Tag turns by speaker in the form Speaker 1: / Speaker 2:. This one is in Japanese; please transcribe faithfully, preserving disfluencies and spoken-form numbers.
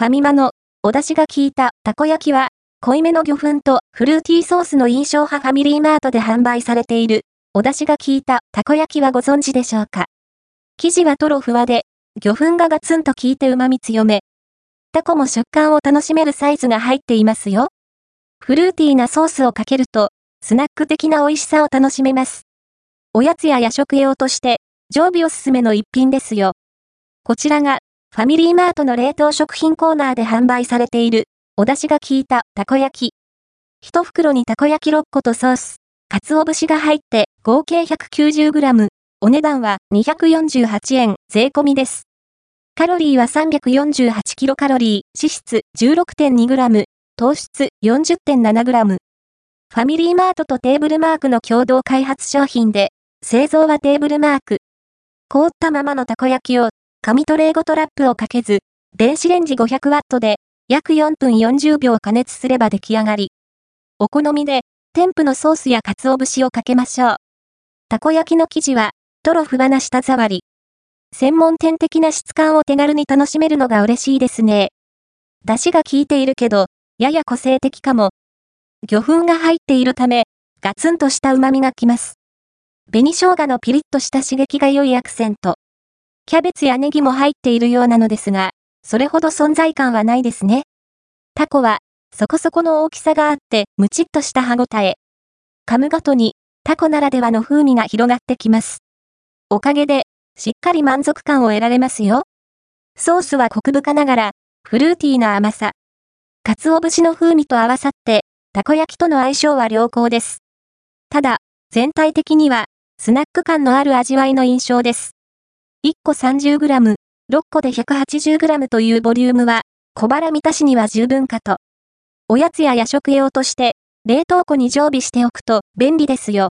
Speaker 1: ファミマのお出汁が効いたたこ焼きは、濃いめの魚粉とフルーティーソースの印象派ファミリーマートで販売されている、お出汁が効いたたこ焼きはご存知でしょうか。生地はトロふわで、魚粉がガツンと効いて旨味強め。タコも食感を楽しめるサイズが入っていますよ。フルーティーなソースをかけると、スナック的な美味しさを楽しめます。おやつや夜食用として、常備おすすめの一品ですよ。こちらが、ファミリーマートの冷凍食品コーナーで販売されている、お出汁が効いたたこ焼き。一袋にたこ焼きろっことソース、鰹節が入って合計 ひゃくきゅうじゅうグラム。お値段はにひゃくよんじゅうはちえん税込みです。カロリーは さんびゃくよんじゅうはちキロカロリー、脂質 じゅうろくてんにグラム、糖質 よんじゅってんななグラム。ファミリーマートとテーブルマークの共同開発商品で、製造はテーブルマーク。凍ったままのたこ焼きを、紙トレーごとラップをかけず、電子レンジごひゃくワットで、約よんぷんよんじゅうびょう加熱すれば出来上がり。お好みで、添付のソースや鰹節をかけましょう。たこ焼きの生地は、トロふわな舌触り。専門店的な質感を手軽に楽しめるのが嬉しいですね。出汁が効いているけど、やや個性的かも。魚粉が入っているため、ガツンとした旨味がきます。紅生姜のピリッとした刺激が良いアクセント。キャベツやネギも入っているようなのですが、それほど存在感はないですね。タコは、そこそこの大きさがあって、ムチっとした歯ごたえ。噛むごとに、タコならではの風味が広がってきます。おかげで、しっかり満足感を得られますよ。ソースはコク深ながら、フルーティーな甘さ。鰹節の風味と合わさって、たこ焼きとの相性は良好です。ただ、全体的には、スナック感のある味わいの印象です。いっこ さんじゅうグラム、ろっこで ひゃくはちじゅうグラム というボリュームは、小腹満たしには十分かと。おやつや夜食用として、冷凍庫に常備しておくと便利ですよ。